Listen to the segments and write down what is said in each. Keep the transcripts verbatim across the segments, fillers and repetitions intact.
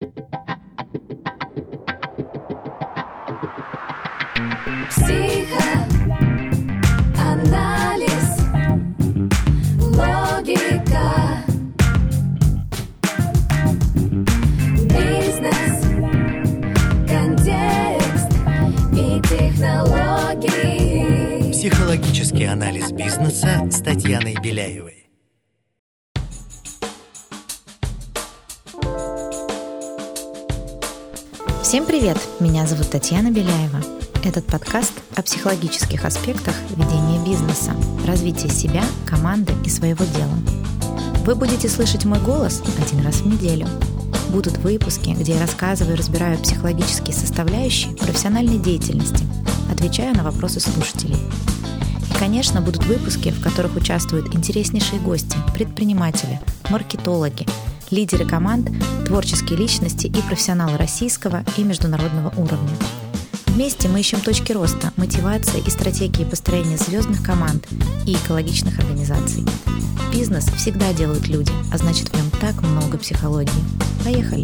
Психоанализ, логика, бизнес, контекст и технологии. Психологический анализ бизнеса с Татьяной Беляевой. Всем привет! Меня зовут Татьяна Беляева. Этот подкаст о психологических аспектах ведения бизнеса, развития себя, команды и своего дела. Вы будете слышать мой голос один раз в неделю. Будут выпуски, где я рассказываю и разбираю психологические составляющие профессиональной деятельности, отвечаю на вопросы слушателей. И, конечно, будут выпуски, в которых участвуют интереснейшие гости, предприниматели, маркетологи, лидеры команд, творческие личности и профессионалы российского и международного уровня. Вместе мы ищем точки роста, мотивации и стратегии построения звездных команд и экологичных организаций. Бизнес всегда делают люди, а значит, в нем так много психологии. Поехали!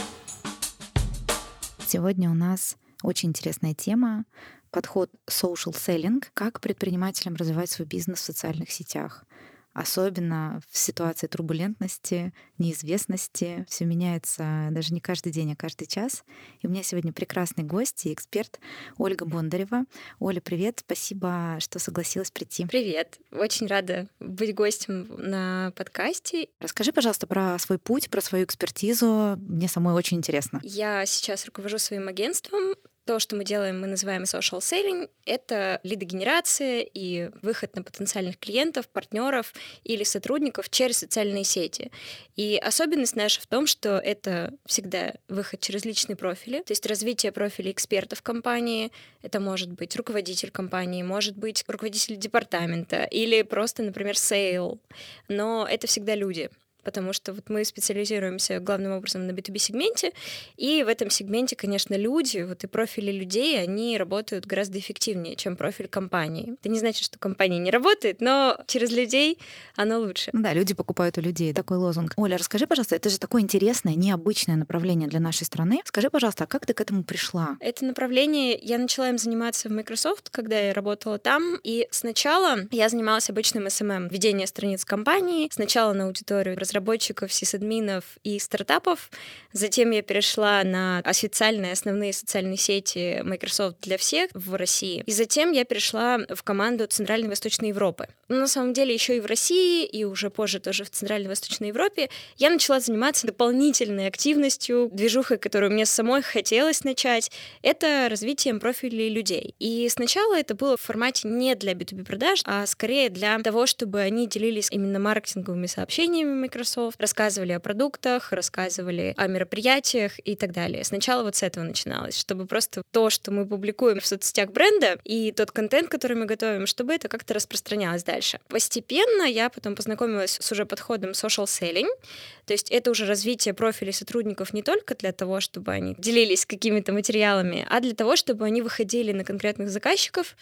Сегодня у нас очень интересная тема — подход social selling, как предпринимателям развивать свой бизнес в социальных сетях. Особенно в ситуации турбулентности, неизвестности. Все меняется даже не каждый день, а каждый час. И у меня сегодня прекрасный гость и эксперт Ольга Бондарева. Оля, привет. Спасибо, что согласилась прийти. Привет. Очень рада быть гостем на подкасте. Расскажи, пожалуйста, про свой путь, про свою экспертизу. Мне самой очень интересно. Я сейчас руковожу своим агентством. То, что мы делаем, мы называем social selling. Это лидогенерация и выход на потенциальных клиентов, партнеров или сотрудников через социальные сети. И особенность наша в том, что это всегда выход через личные профили, то есть развитие профилей экспертов компании. Это может быть руководитель компании, может быть руководитель департамента или просто, например, сейл. Но это всегда люди. Потому что вот мы специализируемся главным образом на би ту би-сегменте, и в этом сегменте, конечно, люди, вот и профили людей, они работают гораздо эффективнее, чем профиль компании. Это не значит, что компания не работает, но через людей оно лучше. Да, люди покупают у людей. Такой лозунг. Оля, расскажи, пожалуйста, это же такое интересное, необычное направление для нашей страны. Скажи, пожалуйста, а как ты к этому пришла? Это направление, я начала им заниматься в Microsoft, когда я работала там, и сначала я занималась обычным эс эм эм, ведение страниц компании, сначала на аудиторию разработчиков, разработчиков, сисадминов и стартапов. Затем я перешла на официальные основные социальные сети Microsoft для всех в России. И затем я перешла в команду Центральной и Восточной Европы. Но на самом деле еще и в России, и уже позже тоже в Центральной и Восточной Европе я начала заниматься дополнительной активностью, движухой, которую мне самой хотелось начать. Это развитием профилей людей. И сначала это было в формате не для би ту би-продаж, а скорее для того, чтобы они делились именно маркетинговыми сообщениями Microsoft, рассказывали о продуктах, рассказывали о мероприятиях и так далее. Сначала вот с этого начиналось, чтобы просто то, что мы публикуем в соцсетях бренда, и тот контент, который мы готовим, чтобы это как-то распространялось дальше. Постепенно я потом познакомилась с уже подходом social selling, то есть это уже развитие профилей сотрудников не только для того, чтобы они делились какими-то материалами, а для того, чтобы они выходили на конкретных заказчиков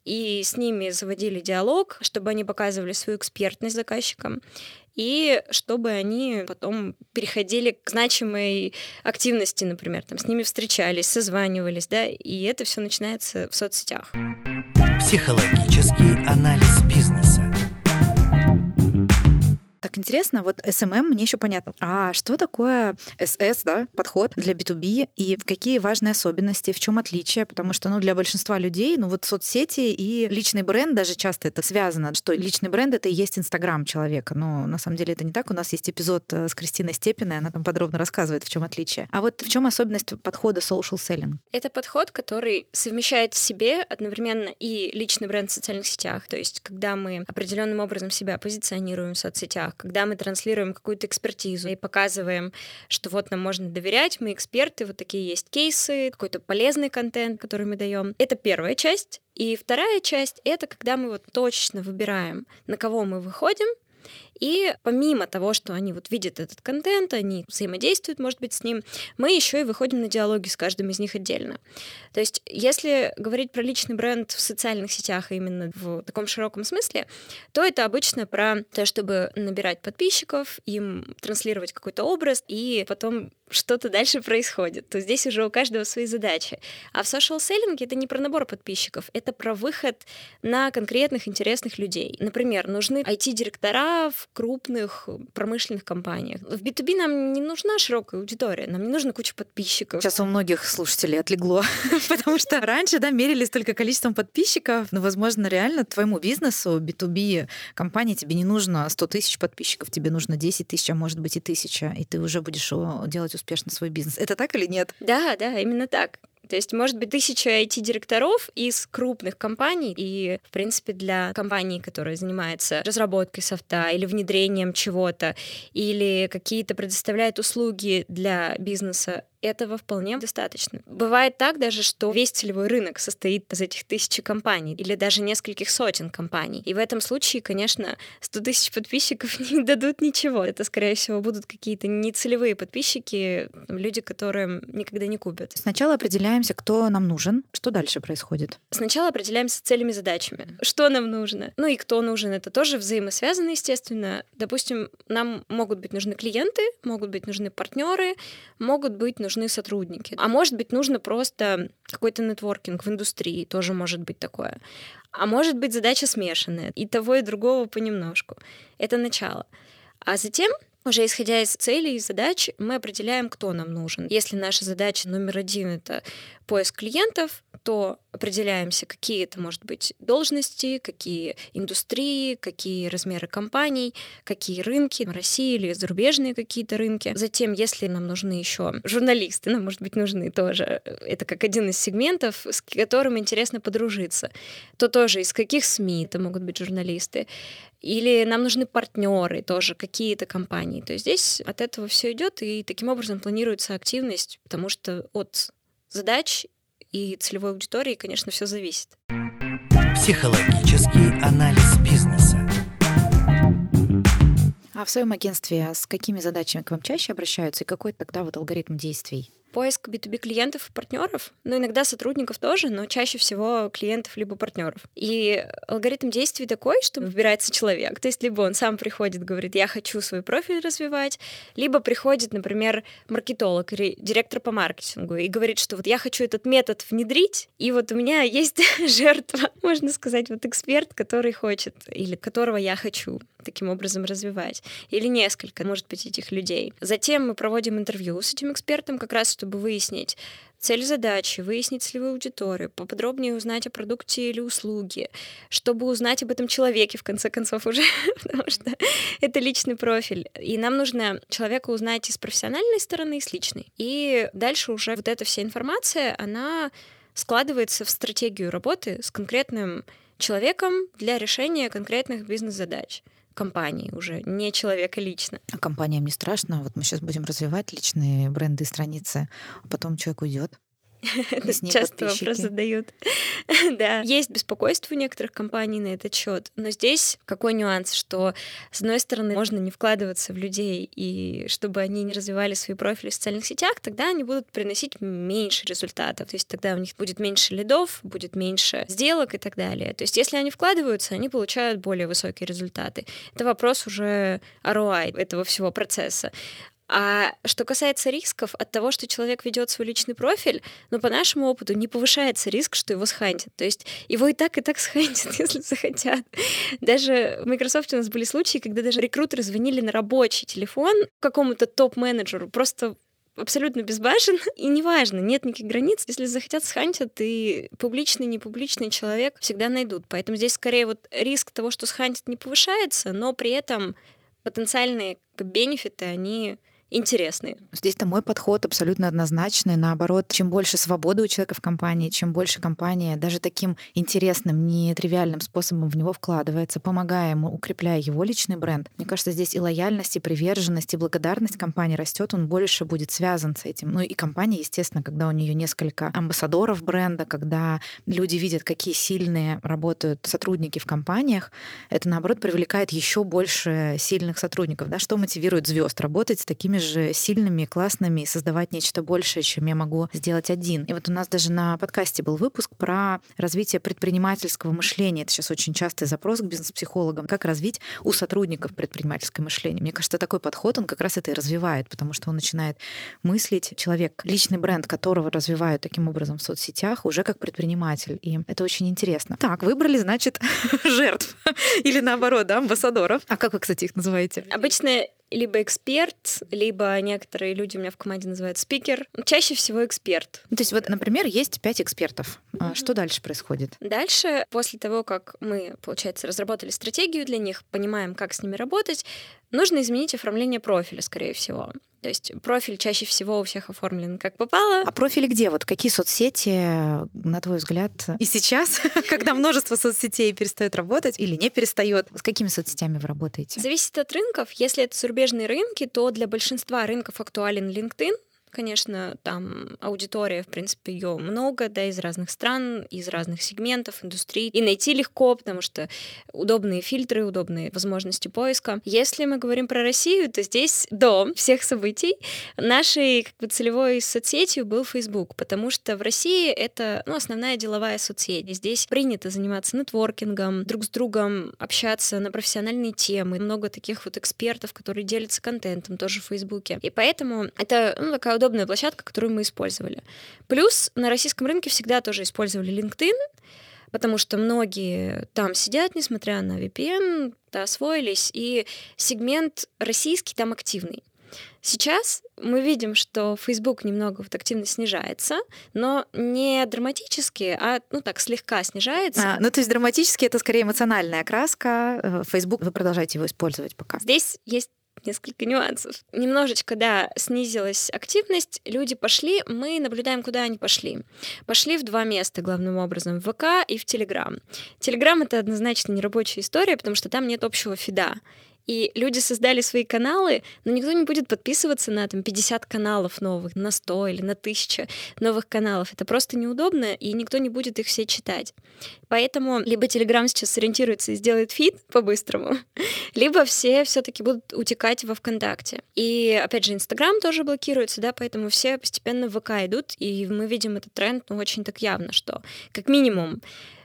и с ними заводили диалог, чтобы они показывали свою экспертность заказчикам, и чтобы они потом переходили к значимой активности, например, там, с ними встречались, созванивались, да, и это все начинается в соцсетях. Психологический анализ бизнеса. Так интересно, вот эс эм эм мне еще понятно. А что такое эс эс, да, подход для би ту би, и какие важные особенности, в чем отличие? Потому что, ну, для большинства людей, ну, вот соцсети и личный бренд даже часто это связано, что личный бренд — это и есть Инстаграм человека. Но на самом деле это не так. У нас есть эпизод с Кристиной Степиной, она там подробно рассказывает, в чем отличие. А вот в чем особенность подхода social selling? Это подход, который совмещает в себе одновременно и личный бренд в социальных сетях, то есть когда мы определенным образом себя позиционируем в соцсетях, когда мы транслируем какую-то экспертизу и показываем, что вот нам можно доверять, мы эксперты, вот такие есть кейсы, какой-то полезный контент, который мы даем. Это первая часть. И вторая часть — это когда мы вот точечно выбираем, на кого мы выходим, И помимо того, что они вот видят этот контент, они взаимодействуют, может быть, с ним, мы еще и выходим на диалоги с каждым из них отдельно. То есть если говорить про личный бренд в социальных сетях именно в таком широком смысле, то это обычно про то, чтобы набирать подписчиков, им транслировать какой-то образ, и потом что-то дальше происходит. То здесь уже у каждого свои задачи. А в social-селлинге это не про набор подписчиков, это про выход на конкретных интересных людей. Например, нужны ай ти-директора в крупных промышленных компаниях. В би ту би нам не нужна широкая аудитория, нам не нужна куча подписчиков. Сейчас у многих слушателей отлегло, потому что раньше, да, мерились только количеством подписчиков, но, возможно, реально твоему бизнесу, би ту би компании, тебе не нужно сто тысяч подписчиков, тебе нужно десять тысяч, а может быть и тысяча, и ты уже будешь делать успешно свой бизнес. Это так или нет? Да, да, именно так. То есть, может быть, тысяча ай ти-директоров из крупных компаний, и, в принципе, для компании, которая занимается разработкой софта или внедрением чего-то, или какие-то предоставляет услуги для бизнеса, этого вполне достаточно. Бывает так даже, что весь целевой рынок состоит из этих тысячи компаний или даже нескольких сотен компаний. И в этом случае, конечно, сто тысяч подписчиков не дадут ничего. Это, скорее всего, будут какие-то нецелевые подписчики, люди, которые никогда не купят. Сначала определяемся, кто нам нужен. Что дальше происходит? Сначала определяемся целями и задачами. Что нам нужно? Ну и кто нужен? Это тоже взаимосвязано, естественно. Допустим, нам могут быть нужны клиенты, могут быть нужны партнеры, могут быть нужны нужны сотрудники. А может быть, нужно просто какой-то нетворкинг в индустрии, тоже может быть такое. А может быть, задача смешанная, и того, и другого понемножку. Это начало. А затем, уже исходя из целей и задач, мы определяем, кто нам нужен. Если наша задача номер один — это поиск клиентов, то определяемся, какие это, может быть, должности, какие индустрии, какие размеры компаний, какие рынки, в России или зарубежные какие-то рынки. Затем, если нам нужны еще журналисты, нам, может быть, нужны тоже, это как один из сегментов, с которым интересно подружиться, то тоже из каких СМИ это могут быть журналисты. Или нам нужны партнеры, тоже какие-то компании. То есть здесь от этого все идет, и таким образом планируется активность, потому что от задач и целевой аудитории, конечно, все зависит. Психологический анализ бизнеса. А в своем агентстве с какими задачами к вам чаще обращаются, и какой тогда вот алгоритм действий? Поиск би ту би клиентов и партнеров, ну, иногда сотрудников тоже, но чаще всего клиентов либо партнеров. И алгоритм действий такой, что выбирается человек. То есть либо он сам приходит, говорит, я хочу свой профиль развивать, либо приходит, например, маркетолог или директор по маркетингу и говорит, что вот я хочу этот метод внедрить, и вот у меня есть жертва, можно сказать, вот эксперт, который хочет, или которого я хочу таким образом развивать. Или несколько, может быть, этих людей. Затем мы проводим интервью с этим экспертом, как раз чтобы выяснить цель задачи, выяснить целевую аудиторию, поподробнее узнать о продукте или услуге, чтобы узнать об этом человеке, в конце концов, уже, потому что это личный профиль. И нам нужно человека узнать и с профессиональной стороны, и с личной. И дальше уже вот эта вся информация, она складывается в стратегию работы с конкретным человеком для решения конкретных бизнес-задач. Компании уже, не человека лично. А компаниям не страшно? Вот мы сейчас будем развивать личные бренды и страницы, а потом человек уйдет. Это часто вопрос задают. Да, есть беспокойство у некоторых компаний на этот счет, но здесь какой нюанс, что, с одной стороны, можно не вкладываться в людей, и чтобы они не развивали свои профили в социальных сетях, тогда они будут приносить меньше результатов. То есть тогда у них будет меньше лидов, будет меньше сделок и так далее. То есть если они вкладываются, они получают более высокие результаты. Это вопрос уже ар о ай этого всего процесса. А что касается рисков от того, что человек ведет свой личный профиль, ну, по нашему опыту, не повышается риск, что его схантят. То есть его и так, и так схантят, если захотят. Даже в Microsoft у нас были случаи, когда даже рекрутеры звонили на рабочий телефон какому-то топ-менеджеру, просто абсолютно безбашенно, и неважно, нет никаких границ. Если захотят, схантят, и публичный, непубличный человек всегда найдут. Поэтому здесь скорее вот риск того, что схантят, не повышается, но при этом потенциальные бенефиты, они интересные. Здесь-то мой подход абсолютно однозначный. Наоборот, чем больше свободы у человека в компании, чем больше компания даже таким интересным, нетривиальным способом в него вкладывается, помогая ему, укрепляя его личный бренд. Мне кажется, здесь и лояльность, и приверженность, и благодарность компании растет, он больше будет связан с этим. Ну и компания, естественно, когда у нее несколько амбассадоров бренда, когда люди видят, какие сильные работают сотрудники в компаниях, это, наоборот, привлекает еще больше сильных сотрудников. Да? Что мотивирует звезд работать с такими же сильными, классными и создавать нечто большее, чем я могу сделать один. И вот у нас даже на подкасте был выпуск про развитие предпринимательского мышления. Это сейчас очень частый запрос к бизнес-психологам. Как развить у сотрудников предпринимательское мышление? Мне кажется, такой подход, он как раз это и развивает, потому что он начинает мыслить человек, личный бренд которого развивают таким образом в соцсетях, уже как предприниматель. И это очень интересно. Так, выбрали, значит, жертв. Или наоборот, да, амбассадоров. А как вы, кстати, их называете? Обычно либо эксперт, либо некоторые люди у меня в команде называют спикер. Чаще всего эксперт. Ну, то есть вот, например, есть пять экспертов. Mm-hmm. Что дальше происходит? Дальше, после того, как мы, получается, разработали стратегию для них, понимаем, как с ними работать, нужно изменить оформление профиля, скорее всего. То есть профиль чаще всего у всех оформлен как попало. А профили где? Вот какие соцсети, на твой взгляд, и сейчас, когда множество соцсетей перестает работать или не перестает, с какими соцсетями вы работаете? Зависит от рынков. Если это зарубежные рынки, то для большинства рынков актуален LinkedIn. Конечно, там аудитория, в принципе, ее много, да, из разных стран, из разных сегментов, индустрий. И найти легко, потому что удобные фильтры, удобные возможности поиска. Если мы говорим про Россию, то здесь до всех событий нашей как бы целевой соцсетью был Facebook, потому что в России это, ну, основная деловая соцсеть. И здесь принято заниматься нетворкингом, друг с другом общаться на профессиональные темы. Много таких вот экспертов, которые делятся контентом тоже в Фейсбуке. И поэтому это, ну, такая удобная площадка, которую мы использовали. Плюс на российском рынке всегда тоже использовали LinkedIn, потому что многие там сидят, несмотря на ви пи эн, да, освоились, и сегмент российский там активный. Сейчас мы видим, что Facebook немного вот активность снижается, но не драматически, а ну так слегка снижается. А, ну то есть драматически это скорее эмоциональная окраска. Facebook, вы продолжаете его использовать пока? Здесь есть несколько нюансов. Немножечко, да, снизилась активность, люди пошли, мы наблюдаем, куда они пошли. Пошли в два места, главным образом, в ВК и в Телеграм. Телеграм — это однозначно не рабочая история, потому что там нет общего фида. И люди создали свои каналы, но никто не будет подписываться на там, пятьдесят каналов новых, на сто или на тысячу новых каналов. Это просто неудобно, и никто не будет их все читать. Поэтому либо Telegram сейчас сориентируется и сделает фид по-быстрому, либо все все-таки будут утекать во ВКонтакте. И, опять же, Инстаграм тоже блокируется, да, поэтому все постепенно в ВК идут, и мы видим этот тренд, ну, очень так явно, что как минимум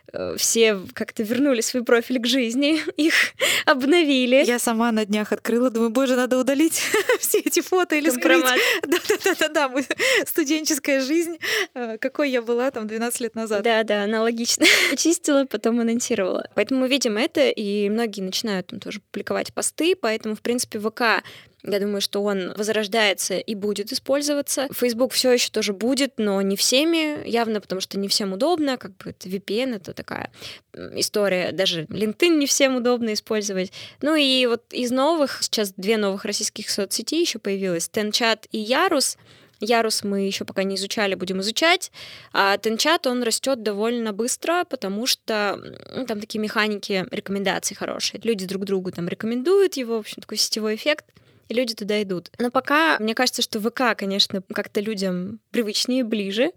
все как-то вернули свой профиль к жизни, их обновили. Я сама на днях открыла, думаю, боже, надо удалить все эти фото или скрыть. Да-да-да, студенческая жизнь, какой я была там двенадцать лет назад. Да-да, аналогично. Почистила, потом анонсировала. Поэтому мы видим это, и многие начинают там тоже публиковать посты, поэтому, в принципе, ВК, я думаю, что он возрождается и будет использоваться. Facebook все еще тоже будет, но не всеми, явно, потому что не всем удобно, как бы это ви пи эн, это такая история. Даже LinkedIn не всем удобно использовать. Ну и вот из новых, сейчас две новых российских соцсети еще появилось, Тенчат и Ярус. Ярус мы еще пока не изучали, будем изучать. А Тенчат, он растет довольно быстро, потому что ну, там такие механики рекомендаций хорошие. Люди друг другу там рекомендуют его, в общем, такой сетевой эффект. И люди туда идут. Но пока, мне кажется, что ВК, конечно, как-то людям привычнее, ближе.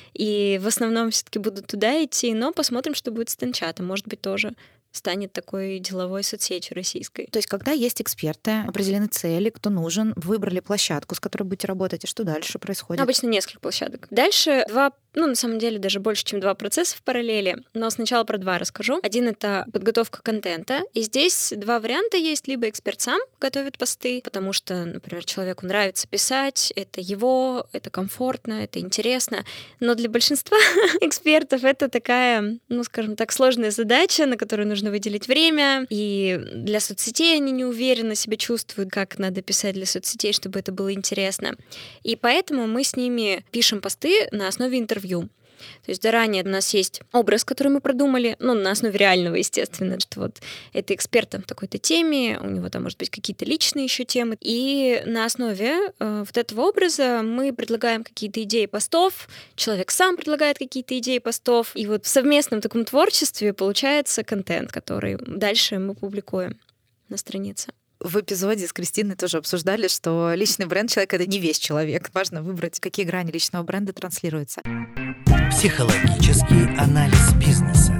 И в основном все-таки будут туда идти. Но посмотрим, что будет с Тенчатом. Может быть, тоже станет такой деловой соцсетью российской. То есть, когда есть эксперты, определены цели, кто нужен, выбрали площадку, с которой будете работать, и что дальше происходит? Обычно несколько площадок. Дальше два, ну, на самом деле, даже больше, чем два процесса в параллели, но сначала про два расскажу. Один — это подготовка контента, и здесь два варианта есть. Либо эксперт сам готовит посты, потому что, например, человеку нравится писать, это его, это комфортно, это интересно, но для большинства экспертов это такая, ну, скажем так, сложная задача, на которую нужно выделить время, и для соцсетей они не уверенно себя чувствуют, как надо писать для соцсетей, чтобы это было интересно. И поэтому мы с ними пишем посты на основе интервью. То есть заранее у нас есть образ, который мы продумали, ну, на основе реального, естественно, что вот это эксперт в такой-то теме, у него там, может быть, какие-то личные еще темы. И на основе э, вот этого образа мы предлагаем какие-то идеи постов, человек сам предлагает какие-то идеи постов, и вот в совместном таком творчестве получается контент, который дальше мы публикуем на странице. В эпизоде с Кристиной тоже обсуждали, что личный бренд человека — это не весь человек. Важно выбрать, какие грани личного бренда транслируются. Психологический анализ бизнеса.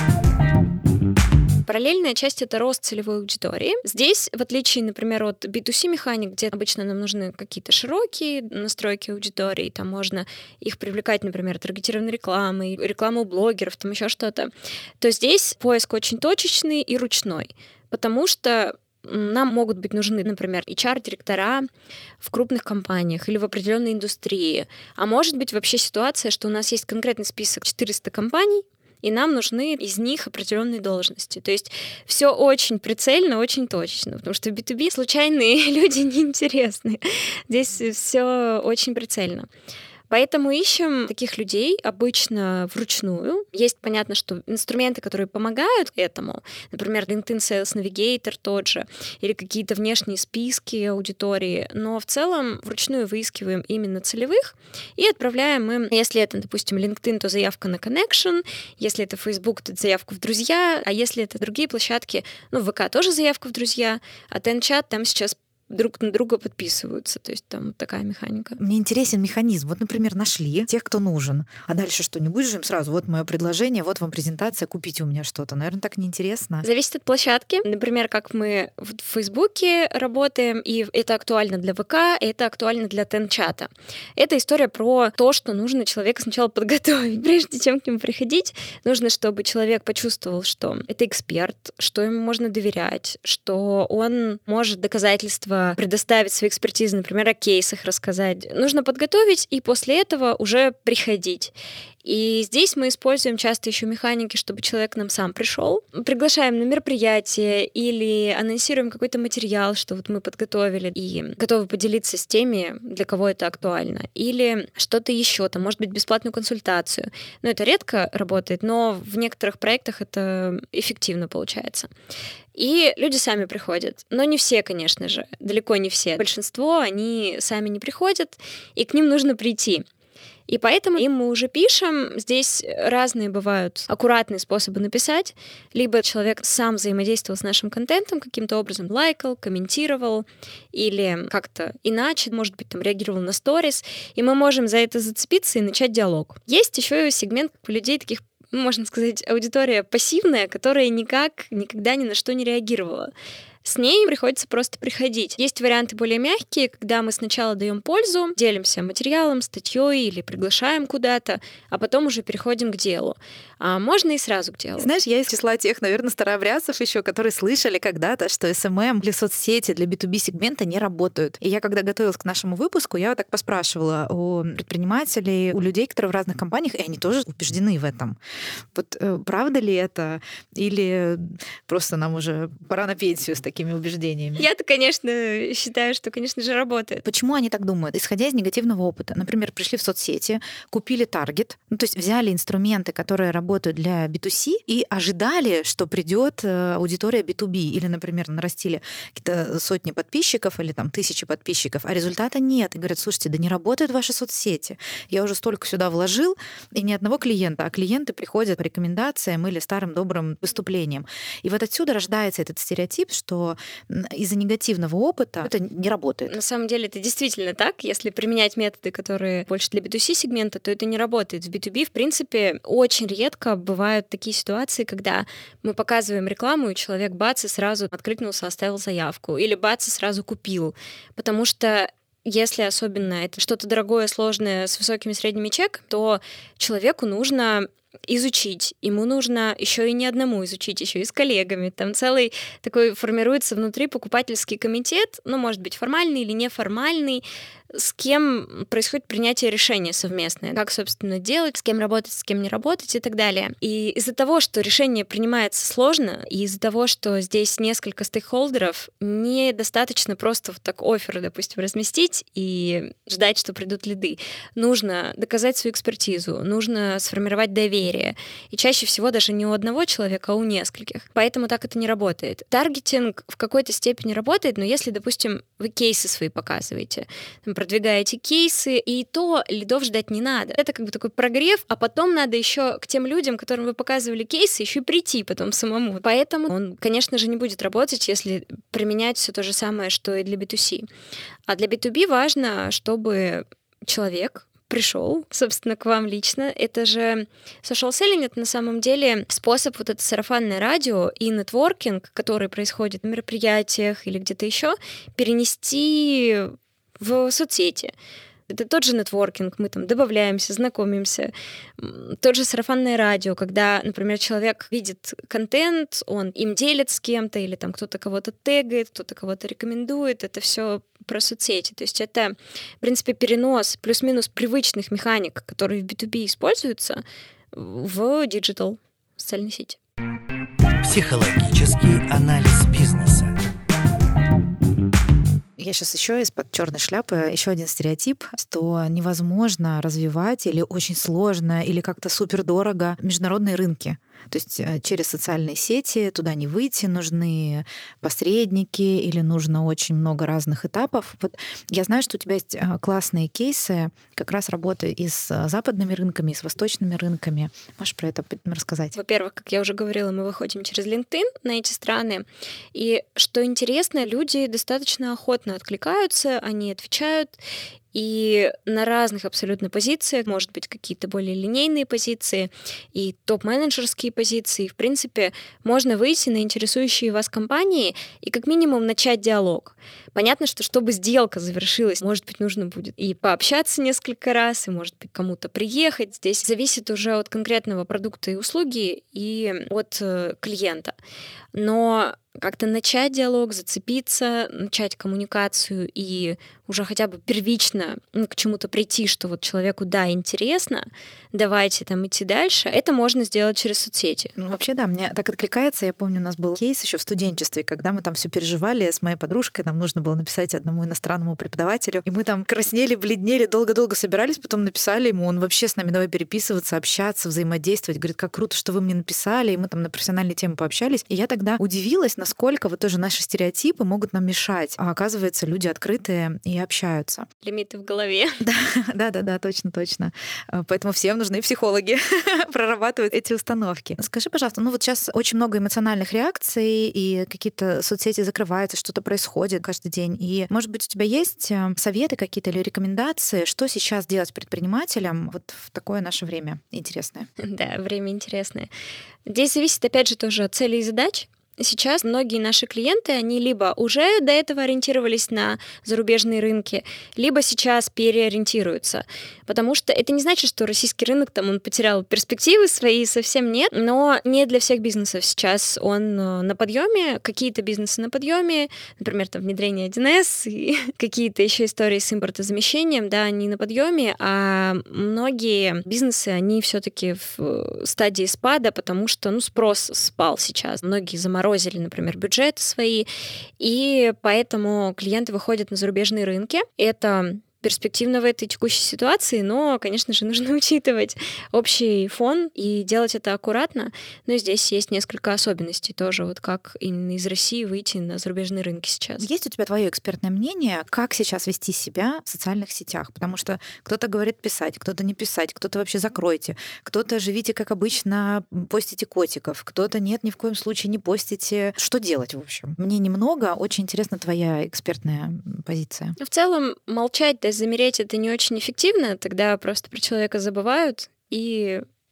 Параллельная часть — это рост целевой аудитории. Здесь, в отличие, например, от би ту си механик, где обычно нам нужны какие-то широкие настройки аудитории, там можно их привлекать, например, таргетированной рекламой, рекламу блогеров, там еще что-то, то здесь поиск очень точечный и ручной, потому что нам могут быть нужны, например, эйч ар-директора в крупных компаниях или в определенной индустрии. А может быть вообще ситуация, что у нас есть конкретный список четыреста компаний, и нам нужны из них определенные должности. То есть все очень прицельно, очень точно, потому что в би ту би случайные люди неинтересны. Здесь все очень прицельно. Поэтому ищем таких людей обычно вручную. Есть, понятно, что инструменты, которые помогают этому, например, LinkedIn Sales Navigator тот же, или какие-то внешние списки аудитории, но в целом вручную выискиваем именно целевых и отправляем им, если это, допустим, LinkedIn, то заявка на connection, если это Facebook, то заявку в друзья, а если это другие площадки, ну, в ВК тоже заявка в друзья, а Тенчат там сейчас друг на друга подписываются. То есть там вот такая механика. Мне интересен механизм. Вот, например, нашли тех, кто нужен. А дальше что, не будешь же им сразу? Вот мое предложение, вот вам презентация, купите у меня что-то. Наверное, так неинтересно. Зависит от площадки. Например, как мы в Фейсбуке работаем, и это актуально для ВК, и это актуально для Тенчата. Это история про то, что нужно человека сначала подготовить. Прежде чем к нему приходить, нужно, чтобы человек почувствовал, что это эксперт, что ему можно доверять, что он может доказательства предоставить свои экспертизы, например, о кейсах рассказать. Нужно подготовить и после этого уже приходить. И здесь мы используем часто еще механики, чтобы человек к нам сам пришел. Приглашаем на мероприятие или анонсируем какой-то материал, что вот мы подготовили и готовы поделиться с теми, для кого это актуально. Или что-то еще, там, может быть, бесплатную консультацию. Но это редко работает, но в некоторых проектах это эффективно получается. И люди сами приходят. Но не все, конечно же, далеко не все. Большинство, они сами не приходят, и к ним нужно прийти. И поэтому им мы уже пишем. Здесь разные бывают аккуратные способы написать. Либо человек сам взаимодействовал с нашим контентом каким-то образом, лайкал, комментировал, или как-то иначе, может быть, там реагировал на сторис, и мы можем за это зацепиться и начать диалог. Есть еще сегмент людей таких, можно сказать, аудитория пассивная, которая никак, никогда ни на что не реагировала. С ней приходится просто приходить. Есть варианты более мягкие, когда мы сначала даем пользу, делимся материалом, статьей или приглашаем куда-то, а потом уже переходим к делу. А можно и сразу к делу. Знаешь, я из числа тех, наверное, старообрядцев еще, которые слышали когда-то, что эс эм эм или соцсети для би ту би сегмента не работают. И я, когда готовилась к нашему выпуску, я вот так поспрашивала у предпринимателей, у людей, которые в разных компаниях, и они тоже убеждены в этом. Вот э, правда ли это? Или просто нам уже пора на пенсию с такими убеждениями? Я-то, конечно, считаю, что, конечно же, работает. Почему они так думают? Исходя из негативного опыта. Например, пришли в соцсети, купили таргет, ну, то есть взяли инструменты, которые работают для би ту си, и ожидали, что придет аудитория би ту би. Или, например, нарастили какие-то сотни подписчиков или там тысячи подписчиков, а результата нет. И говорят, слушайте, да не работают ваши соцсети. Я уже столько сюда вложил, и ни одного клиента, а клиенты приходят по рекомендациям или старым добрым выступлениям. И вот отсюда рождается этот стереотип, что из-за негативного опыта это не работает. На самом деле это действительно так. Если применять методы, которые больше для би ту си сегмента, то это не работает. В би ту би, в принципе, очень редко бывают такие ситуации, когда мы показываем рекламу, и человек бац, и сразу откликнулся, оставил заявку. Или бац, и сразу купил. Потому что если особенно это что-то дорогое, сложное, с высокими средними чеками, то человеку нужно изучить. Ему нужно еще и не одному изучить, еще и с коллегами. Там целый такой формируется внутри покупательский комитет, ну, может быть, формальный или неформальный, с кем происходит принятие решения совместное, как, собственно, делать, с кем работать, с кем не работать и так далее. И из-за того, что решение принимается сложно, и из-за того, что здесь несколько стейкхолдеров, недостаточно просто вот так оффер, допустим, разместить и ждать, что придут лиды. Нужно доказать свою экспертизу, нужно сформировать доверие. И чаще всего даже не у одного человека, а у нескольких. Поэтому так это не работает. Таргетинг в какой-то степени работает, но если, допустим, вы кейсы свои показываете, продвигаете кейсы, и то лидов ждать не надо. Это как бы такой прогрев, а потом надо еще к тем людям, которым вы показывали кейсы, еще и прийти потом самому. Поэтому он, конечно же, не будет работать, если применять все то же самое, что и для би ту си. А для би ту би важно, чтобы человек пришел, собственно, к вам лично. Это же social selling, это на самом деле способ вот это сарафанное радио и нетворкинг, который происходит на мероприятиях или где-то еще, перенести в соцсети. Это тот же нетворкинг, мы там добавляемся, знакомимся. Тот же сарафанное радио, когда, например, человек видит контент, он им делит с кем-то, или там кто-то кого-то тегает, кто-то кого-то рекомендует. Это все про соцсети. То есть это, в принципе, перенос плюс-минус привычных механик, которые в би ту би используются, в диджитал, в социальной сети. Психологический анализ бизнеса. Я сейчас еще из-под черной шляпы еще один стереотип, что невозможно развивать или очень сложно, или как-то супердорого международные рынки. То есть через социальные сети туда не выйти, нужны посредники или нужно очень много разных этапов. Вот я знаю, что у тебя есть классные кейсы как раз работы и с западными рынками, и с восточными рынками. Можешь про это рассказать? Во-первых, как я уже говорила, мы выходим через LinkedIn на эти страны. И что интересно, люди достаточно охотно откликаются, они отвечают. И на разных абсолютно позициях, может быть, какие-то более линейные позиции и топ-менеджерские позиции. В принципе, можно выйти на интересующие вас компании и как минимум начать диалог. Понятно, что чтобы сделка завершилась, может быть, нужно будет и пообщаться несколько раз, и, может быть, кому-то приехать. Здесь зависит уже от конкретного продукта и услуги и от клиента. Но как-то начать диалог, зацепиться, начать коммуникацию и уже хотя бы первично ну, к чему-то прийти, что вот человеку, да, интересно, давайте там идти дальше, это можно сделать через соцсети. Ну, вообще, да, мне так откликается. Я помню, у нас был кейс еще в студенчестве, когда мы там все переживали с моей подружкой, нам нужно было написать одному иностранному преподавателю, и мы там краснели, бледнели, долго-долго собирались, потом написали ему, он вообще с нами давай переписываться, общаться, взаимодействовать, говорит, как круто, что вы мне написали, и мы там на профессиональные темы пообщались. И я тогда удивилась, насколько вот тоже наши стереотипы могут нам мешать. А оказывается, люди открытые и общаются. Лимиты в голове. Да, да, да, точно, точно. Поэтому всем нужны психологи, прорабатывают эти установки. Скажи, пожалуйста, ну вот сейчас очень много эмоциональных реакций, и какие-то соцсети закрываются, что-то происходит каждый день. И, может быть, у тебя есть советы какие-то или рекомендации, что сейчас делать предпринимателям вот в такое наше время интересное? Да, время интересное. Здесь зависит, опять же, тоже от целей и задач. Сейчас многие наши клиенты, они либо уже до этого ориентировались на зарубежные рынки, либо сейчас переориентируются. Потому что это не значит, что российский рынок там он потерял перспективы свои, совсем нет, но не для всех бизнесов сейчас он на подъеме, какие-то бизнесы на подъеме, например, там внедрение один эс и какие-то еще истории с импортозамещением, да, они на подъеме, а многие бизнесы, они все-таки в стадии спада, потому что, ну, спрос спал сейчас. Многие заморозили, например, бюджеты свои, и поэтому клиенты выходят на зарубежные рынки. Это перспективно в этой текущей ситуации, но, конечно же, нужно учитывать общий фон и делать это аккуратно. Но здесь есть несколько особенностей тоже, вот как именно из России выйти на зарубежные рынки сейчас. Есть у тебя твое экспертное мнение, как сейчас вести себя в социальных сетях? Потому что кто-то говорит писать, кто-то не писать, кто-то вообще закройте, кто-то живите как обычно, постите котиков, кто-то нет, ни в коем случае не постите. Что делать, в общем? Мне немного, очень интересна твоя экспертная позиция. В целом, молчать, да, замереть — это не очень эффективно, тогда просто про человека забывают, и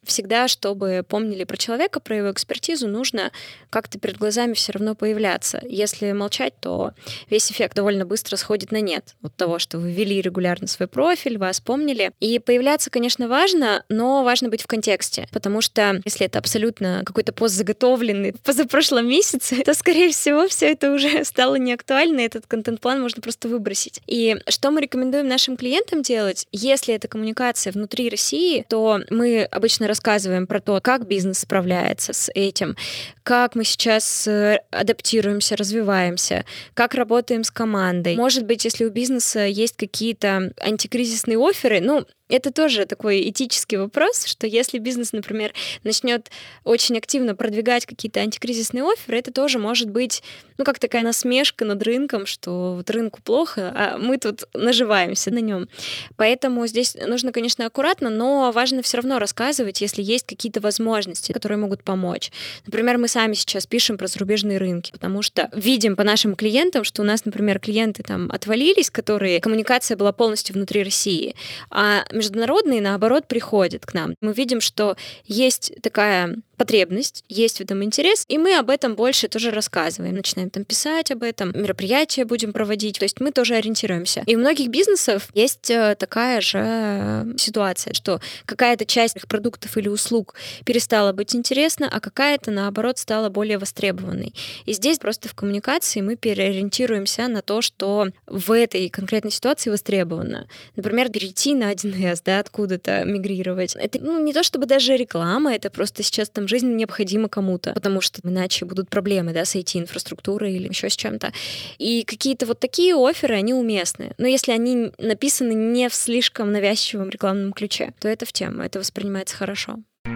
всегда, чтобы помнили про человека, про его экспертизу, нужно как-то перед глазами все равно появляться. Если молчать, то весь эффект довольно быстро сходит на нет от того, что вы вели регулярно свой профиль, вас помнили. И появляться, конечно, важно, но важно быть в контексте, потому что если это абсолютно какой-то пост заготовленный в позапрошлом месяце, то, скорее всего, все это уже стало неактуально, и этот контент-план можно просто выбросить. И что мы рекомендуем нашим клиентам делать? Если это коммуникация внутри России, то мы обычно рассказываем про то, как бизнес справляется с этим, как мы сейчас адаптируемся, развиваемся, как работаем с командой. Может быть, если у бизнеса есть какие-то антикризисные офферы, ну, это тоже такой этический вопрос, что если бизнес, например, начнет очень активно продвигать какие-то антикризисные офферы, это тоже может быть, ну, как такая насмешка над рынком, что вот рынку плохо, а мы тут наживаемся на нем. Поэтому здесь нужно, конечно, аккуратно, но важно все равно рассказывать, если есть какие-то возможности, которые могут помочь. Например, мы сами сейчас пишем про зарубежные рынки, потому что видим по нашим клиентам, что у нас, например, клиенты там отвалились, которые коммуникация была полностью внутри России, а международные, наоборот, приходят к нам. Мы видим, что есть такая потребность, есть в этом интерес, и мы об этом больше тоже рассказываем. Начинаем там писать об этом, мероприятия будем проводить, то есть мы тоже ориентируемся. И у многих бизнесов есть такая же ситуация, что какая-то часть их продуктов или услуг перестала быть интересна, а какая-то, наоборот, стала более востребованной. И здесь просто в коммуникации мы переориентируемся на то, что в этой конкретной ситуации востребовано. Например, перейти на один эс, да, откуда-то мигрировать. Это ну, не то чтобы даже реклама, это просто сейчас там жизнь необходима кому-то, потому что иначе будут проблемы, да, с ай ти-инфраструктурой или еще с чем-то. И какие-то вот такие офферы, они уместны. Но если они написаны не в слишком навязчивом рекламном ключе, то это в тему, это воспринимается хорошо.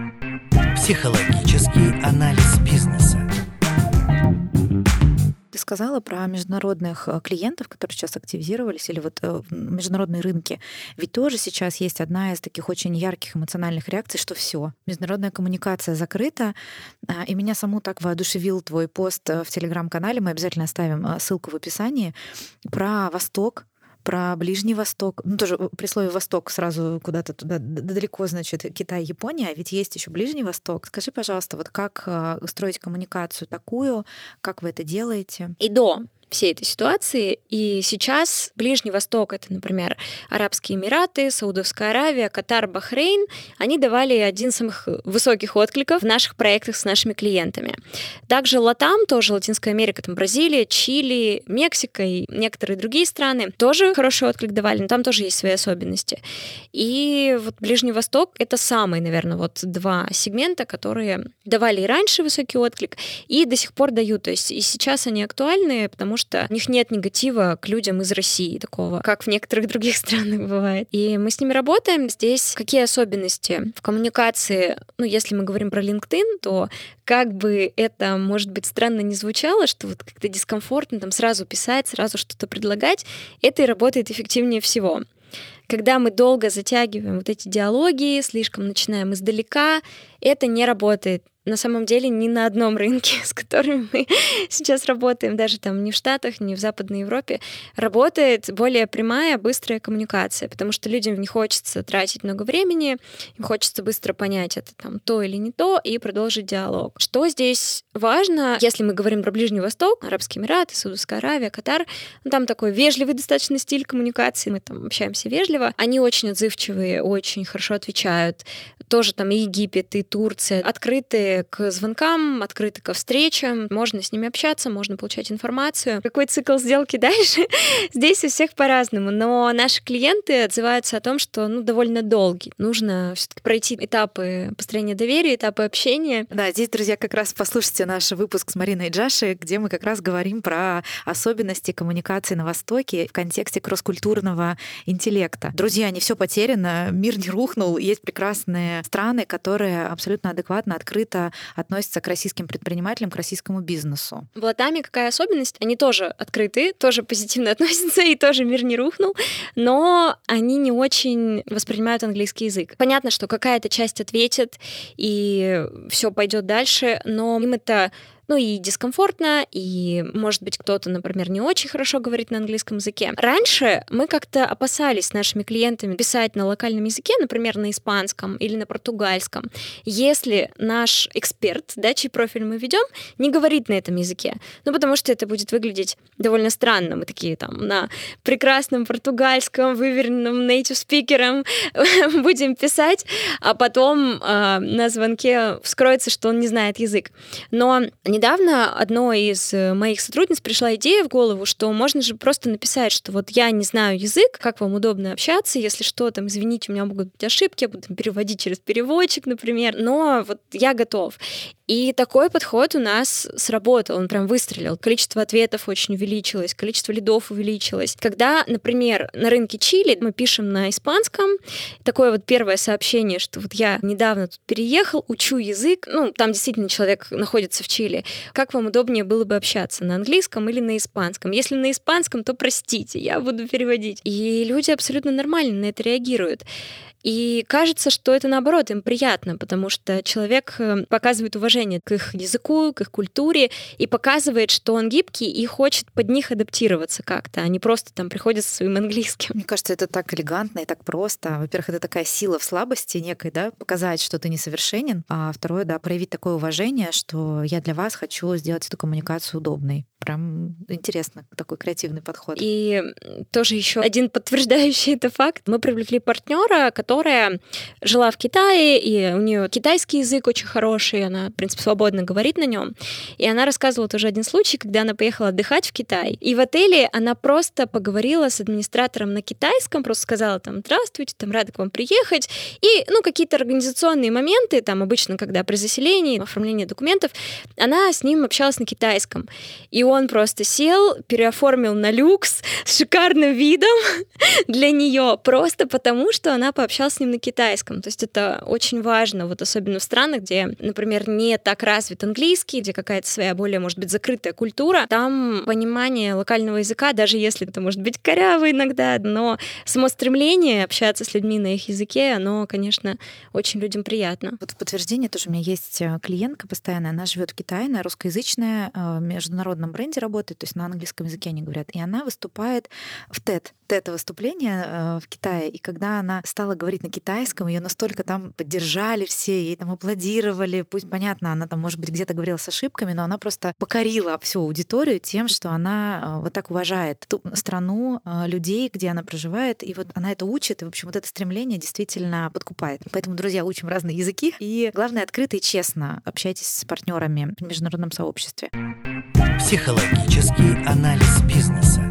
Психологический анализ бизнеса. Ты сказала про международных клиентов, которые сейчас активизировались, или вот международные рынки. Ведь тоже сейчас есть одна из таких очень ярких эмоциональных реакций, что все, международная коммуникация закрыта. И меня саму так воодушевил твой пост в Телеграм-канале, мы обязательно оставим ссылку в описании, про Восток, про Ближний Восток, ну тоже при слове Восток сразу куда-то туда далеко, значит, Китай, Япония, а ведь есть еще Ближний Восток. Скажи, пожалуйста, вот как строить коммуникацию такую, как вы это делаете? И до всей этой ситуации. И сейчас Ближний Восток, это, например, Арабские Эмираты, Саудовская Аравия, Катар, Бахрейн, они давали один из самых высоких откликов в наших проектах с нашими клиентами. Также Латам, тоже Латинская Америка, там Бразилия, Чили, Мексика и некоторые другие страны тоже хороший отклик давали, но там тоже есть свои особенности. И вот Ближний Восток — это самые, наверное, вот два сегмента, которые давали и раньше высокий отклик, и до сих пор дают. То есть и сейчас они актуальны, потому что что у них нет негатива к людям из России такого, как в некоторых других странах бывает. И мы с ними работаем. Здесь какие особенности в коммуникации? Ну, если мы говорим про LinkedIn, то как бы это, может быть, странно не звучало, что вот как-то дискомфортно там сразу писать, сразу что-то предлагать, это и работает эффективнее всего. Когда мы долго затягиваем вот эти диалоги, слишком начинаем издалека, это не работает. На самом деле ни на одном рынке, с которыми мы сейчас работаем, даже там не в Штатах, не в Западной Европе, работает более прямая, быстрая коммуникация, потому что людям не хочется тратить много времени, им хочется быстро понять, это там то или не то, и продолжить диалог. Что здесь важно, если мы говорим про Ближний Восток, Арабские Эмираты, Саудовская Аравия, Катар, ну, там такой вежливый достаточно стиль коммуникации, мы там общаемся вежливо, они очень отзывчивые, очень хорошо отвечают, тоже там и Египет, и Турция, открытые к звонкам, открыты ко встречам, можно с ними общаться, можно получать информацию. Какой цикл сделки дальше? Здесь у всех по-разному, но наши клиенты отзываются о том, что ну, довольно долгий. Нужно все-таки пройти этапы построения доверия, этапы общения. Да, здесь, друзья, как раз послушайте наш выпуск с Мариной Джаши, где мы как раз говорим про особенности коммуникации на Востоке в контексте кросс-культурного интеллекта. Друзья, не все потеряно, мир не рухнул, есть прекрасные страны, которые абсолютно адекватно, открыто относятся к российским предпринимателям, к российскому бизнесу. В Латаме какая особенность? Они тоже открыты, тоже позитивно относятся, и тоже мир не рухнул, но они не очень воспринимают английский язык. Понятно, что какая-то часть ответит, и все пойдет дальше, но им это ну и дискомфортно, и, может быть, кто-то, например, не очень хорошо говорит на английском языке. Раньше мы как-то опасались с нашими клиентами писать на локальном языке, например, на испанском или на португальском, если наш эксперт, да, чей профиль мы ведем, не говорит на этом языке. Ну, потому что это будет выглядеть довольно странно. Мы такие там на прекрасном португальском, выверенном native спикером будем писать, а потом э, на звонке вскроется, что он не знает язык. Но недавно одной из моих сотрудниц пришла идея в голову, что можно же просто написать, что вот я не знаю язык, как вам удобно общаться, если что, там, извините, у меня могут быть ошибки, я буду переводить через переводчик, например, но вот я готов. И такой подход у нас сработал, он прям выстрелил. Количество ответов очень увеличилось, количество лидов увеличилось. Когда, например, на рынке Чили мы пишем на испанском, такое вот первое сообщение, что вот я недавно тут переехал, учу язык, ну, там действительно человек находится в Чили, как вам удобнее было бы общаться, на английском или на испанском? Если на испанском, то простите, я буду переводить. И люди абсолютно нормально на это реагируют. И кажется, что это, наоборот, им приятно, потому что человек показывает уважение к их языку, к их культуре и показывает, что он гибкий и хочет под них адаптироваться как-то, а не просто там приходит со своим английским. Мне кажется, это так элегантно и так просто. Во-первых, это такая сила в слабости некой, да, показать, что ты несовершенен, а второе, да, проявить такое уважение, что я для вас хочу сделать эту коммуникацию удобной. Прям интересно, такой креативный подход. И тоже еще один подтверждающий это факт. Мы привлекли партнера, которая жила в Китае, и у нее китайский язык очень хороший, она, в принципе, свободно говорит на нем. И она рассказывала тоже один случай, когда она поехала отдыхать в Китай. И в отеле она просто поговорила с администратором на китайском, просто сказала там «Здравствуйте, там рада к вам приехать». И, ну, какие-то организационные моменты, там обычно, когда при заселении, оформлении документов, она с ним общалась на китайском. И он просто сел, переоформил на люкс с шикарным видом для нее, просто потому, что она пообщалась с ним на китайском. То есть это очень важно, вот особенно в странах, где, например, не так развит английский, где какая-то своя более, может быть, закрытая культура, там понимание локального языка, даже если это может быть коряво иногда, но само стремление общаться с людьми на их языке, оно, конечно, очень людям приятно. Вот в подтверждение тоже у меня есть клиентка постоянная, она живет в Китае, она русскоязычная, в международном бренде работает, то есть на английском языке они говорят, и она выступает в тед. тед-выступление в Китае, и когда она стала говорить на китайском, ее настолько там поддержали все, ей там аплодировали, пусть, понятно, она там, может быть, где-то говорила с ошибками, но она просто покорила всю аудиторию тем, что она вот так уважает ту страну, людей, где она проживает, и вот она это учит, и, в общем, вот это стремление действительно подкупает. Поэтому, друзья, учим разные языки, и, главное, открыто и честно общайтесь с партнерами в международном сообществе. Психологический анализ бизнеса.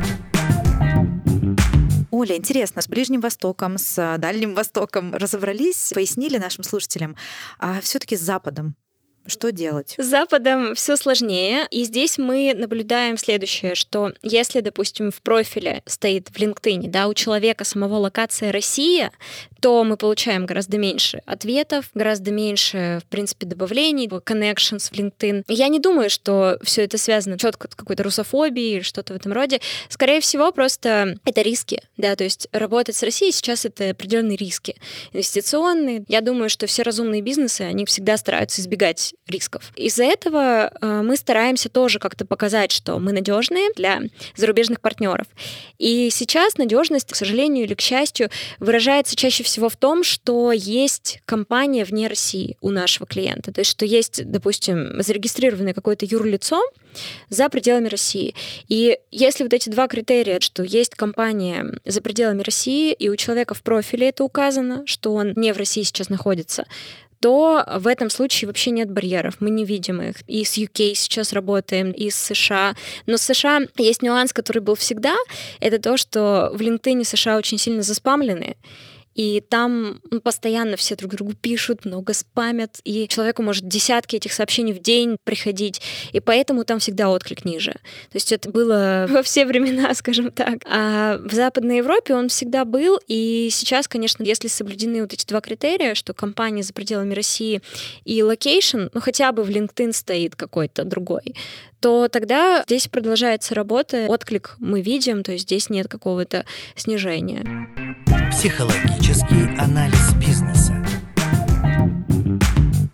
Оля, интересно, с Ближним Востоком, с Дальним Востоком разобрались, пояснили нашим слушателям, а все-таки с Западом что делать? С Западом все сложнее, и здесь мы наблюдаем следующее, что если, допустим, в профиле стоит в LinkedIn, да, у человека самого локация Россия, то мы получаем гораздо меньше ответов, гораздо меньше, в принципе, добавлений, connections в LinkedIn. Я не думаю, что все это связано четко с какой-то русофобией или что-то в этом роде. Скорее всего, просто это риски, да, то есть работать с Россией сейчас это определенные риски инвестиционные. Я думаю, что все разумные бизнесы, они всегда стараются избегать рисков. Из-за этого э, мы стараемся тоже как-то показать, что мы надежные для зарубежных партнеров. И сейчас надежность, к сожалению или к счастью, выражается чаще всего в том, что есть компания вне России у нашего клиента. То есть, что есть, допустим, зарегистрированное какое-то юрлицо за пределами России. И если вот эти два критерия, что есть компания за пределами России, и у человека в профиле это указано, что он не в России сейчас находится, то в этом случае вообще нет барьеров, мы не видим их. И с ю кей сейчас работаем, и с США. Но с США есть нюанс, который был всегда, это то, что в LinkedIn США очень сильно заспамлены, и там постоянно все друг другу пишут, много спамят, и человеку может десятки этих сообщений в день приходить, и поэтому там всегда отклик ниже. То есть это было во все времена, скажем так. А в Западной Европе он всегда был, и сейчас, конечно, если соблюдены вот эти два критерия, что компания за пределами России и локейшн, ну хотя бы в LinkedIn стоит какой-то другой, то тогда здесь продолжается работа, отклик мы видим, то есть здесь нет какого-то снижения. Психологический анализ бизнеса.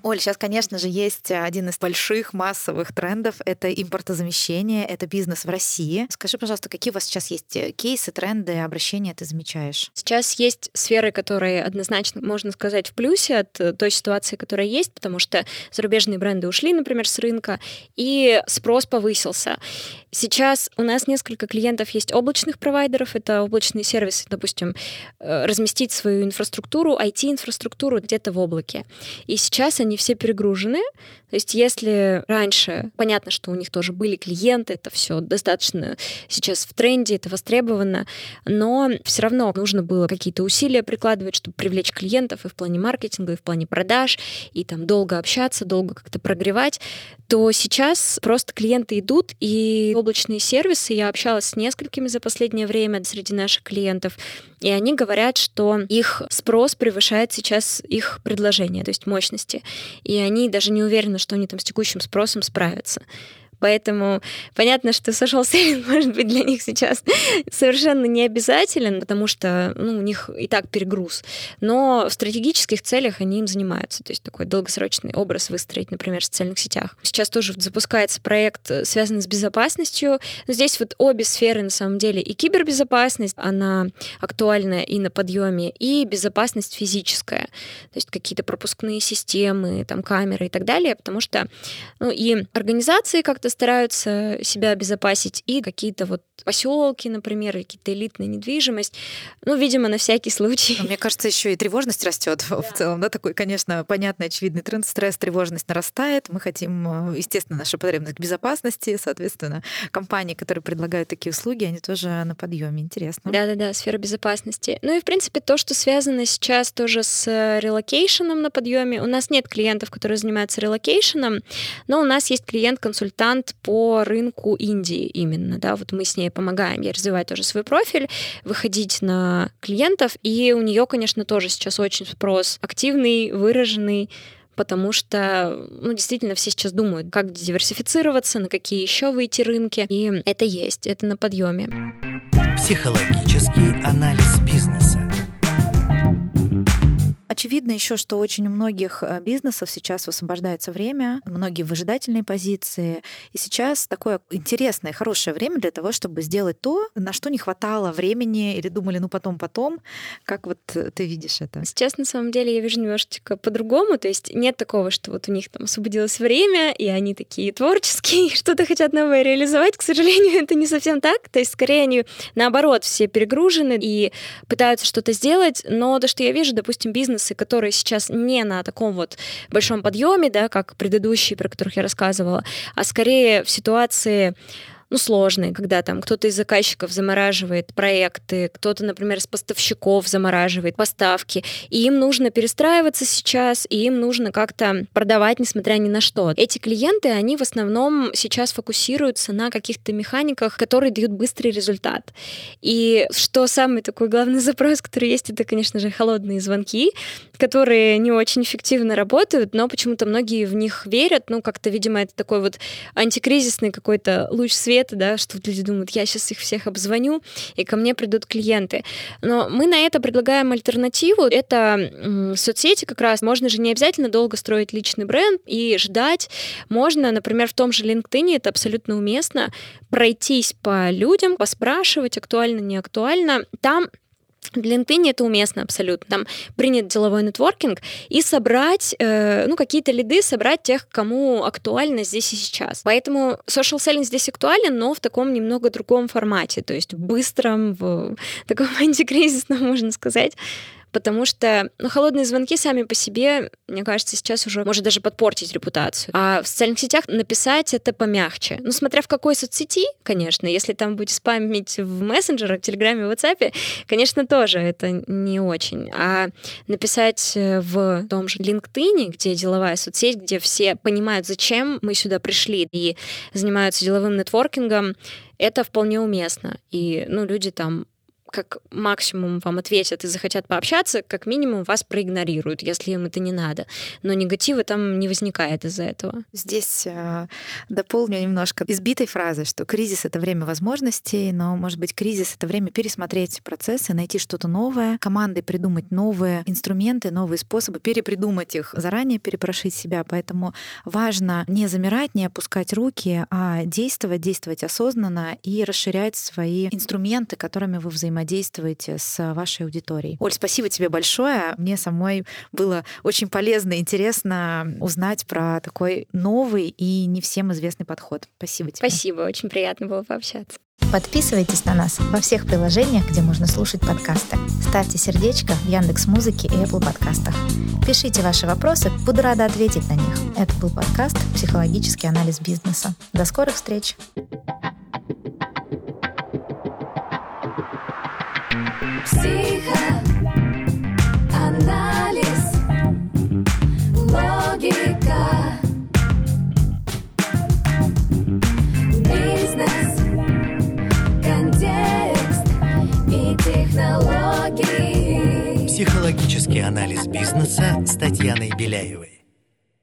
Оль, сейчас, конечно же, есть один из больших массовых трендов — это импортозамещение, это бизнес в России. Скажи, пожалуйста, какие у вас сейчас есть кейсы, тренды, обращения ты замечаешь? Сейчас есть сферы, которые однозначно, можно сказать, в плюсе от той ситуации, которая есть, потому что зарубежные бренды ушли, например, с рынка, и спрос повысился. Сейчас у нас несколько клиентов есть облачных провайдеров, это облачные сервисы, допустим, разместить свою инфраструктуру, ай ти-инфраструктуру где-то в облаке. И сейчас они все перегружены. То есть если раньше, понятно, что у них тоже были клиенты, это все достаточно сейчас в тренде, это востребовано, но все равно нужно было какие-то усилия прикладывать, чтобы привлечь клиентов и в плане маркетинга, и в плане продаж, и там долго общаться, долго как-то прогревать, то сейчас просто клиенты идут, и облачные сервисы, я общалась с несколькими за последнее время среди наших клиентов, и они говорят, что их спрос превышает сейчас их предложение, то есть мощности. И они даже не уверены, что они там с текущим спросом справятся. Поэтому понятно, что social selling может быть для них сейчас совершенно не обязателен, потому что ну, у них и так перегруз. Но в стратегических целях они им занимаются. То есть такой долгосрочный образ выстроить, например, в социальных сетях. Сейчас тоже запускается проект, связанный с безопасностью. Но здесь вот обе сферы, на самом деле, и кибербезопасность, она актуальна и на подъеме, и безопасность физическая. То есть какие-то пропускные системы, там, камеры и так далее, потому что ну, и организации как-то стараются себя обезопасить, и какие-то вот поселки, например, какие-то элитная недвижимость. Ну, видимо, на всякий случай. Мне кажется, еще и тревожность растет да. в целом, да, такой, конечно, понятный, очевидный тренд. Стресс, тревожность нарастает. Мы хотим, естественно, наша потребность к безопасности, соответственно, компании, которые предлагают такие услуги, они тоже на подъеме. Интересно. Да-да-да, сфера безопасности. Ну и, в принципе, то, что связано сейчас тоже с релокейшеном на подъеме. У нас нет клиентов, которые занимаются релокейшеном, но у нас есть клиент-консультант по рынку Индии именно, да, вот мы с ней помогаем ей развивать тоже свой профиль, выходить на клиентов, и у нее, конечно, тоже сейчас очень спрос активный, выраженный, потому что, ну, действительно, все сейчас думают, как диверсифицироваться, на какие еще выйти рынки, и это есть, это на подъеме. Психологический анализ бизнеса. Очевидно еще, что очень у многих бизнесов сейчас высвобождается время, многие в выжидательной позиции. И сейчас такое интересное, хорошее время для того, чтобы сделать то, на что не хватало времени или думали, ну потом-потом. Как вот ты видишь это? Сейчас, на самом деле, я вижу немножечко по-другому. То есть нет такого, что вот у них там освободилось время, и они такие творческие, что-то хотят новое реализовать. К сожалению, это не совсем так. То есть скорее они, наоборот, все перегружены и пытаются что-то сделать. Но то, что я вижу, допустим, бизнес, которые сейчас не на таком вот большом подъеме, да, как предыдущие, про которых я рассказывала, а скорее в ситуации ну, сложные, когда там кто-то из заказчиков замораживает проекты, кто-то, например, из поставщиков замораживает поставки, и им нужно перестраиваться сейчас, и им нужно как-то продавать, несмотря ни на что. Эти клиенты, они в основном сейчас фокусируются на каких-то механиках, которые дают быстрый результат. И что самый такой главный запрос, который есть, это, конечно же, холодные звонки, которые не очень эффективно работают, но почему-то многие в них верят, ну, как-то, видимо, это такой вот антикризисный какой-то луч света, да, что люди думают, я сейчас их всех обзвоню, и ко мне придут клиенты. Но мы на это предлагаем альтернативу. Это м, соцсети как раз. Можно же не обязательно долго строить личный бренд и ждать. Можно, например, в том же LinkedIn, это абсолютно уместно, пройтись по людям, поспрашивать, актуально, не актуально. Там для LinkedIn это уместно абсолютно. Там принят деловой нетворкинг и собрать, э, ну, какие-то лиды, собрать тех, кому актуально здесь и сейчас. Поэтому social selling здесь актуален, но в таком немного другом формате, то есть в быстром, в таком антикризисном, можно сказать. Потому что ну, холодные звонки сами по себе, мне кажется, сейчас уже может даже подпортить репутацию. А в социальных сетях написать это помягче. Ну, смотря в какой соцсети, конечно. Если там будете спамить в мессенджерах, в Телеграме, в WhatsApp, конечно, тоже это не очень. А написать в том же LinkedIn, где деловая соцсеть, где все понимают, зачем мы сюда пришли и занимаются деловым нетворкингом, это вполне уместно. И ну, люди там как максимум вам ответят и захотят пообщаться, как минимум вас проигнорируют, если им это не надо. Но негатива там не возникает из-за этого. Здесь э, дополню немножко избитой фразы, что кризис — это время возможностей, но, может быть, кризис — это время пересмотреть процессы, найти что-то новое, командой придумать новые инструменты, новые способы, перепридумать их заранее, перепрошить себя. Поэтому важно не замирать, не опускать руки, а действовать, действовать осознанно и расширять свои инструменты, которыми вы взаимодействуете с вашей аудиторией. Оль, спасибо тебе большое. Мне самой было очень полезно и интересно узнать про такой новый и не всем известный подход. Спасибо тебе. Спасибо, очень приятно было пообщаться. Подписывайтесь на нас во всех приложениях, где можно слушать подкасты. Ставьте сердечко в Яндекс.Музыке и Apple подкастах. Пишите ваши вопросы, буду рада ответить на них. Это был подкаст «Психологический анализ бизнеса». До скорых встреч! Психоанализ, логика, бизнес, контекст и технологии. Психологический анализ бизнеса с Татьяной Беляевой.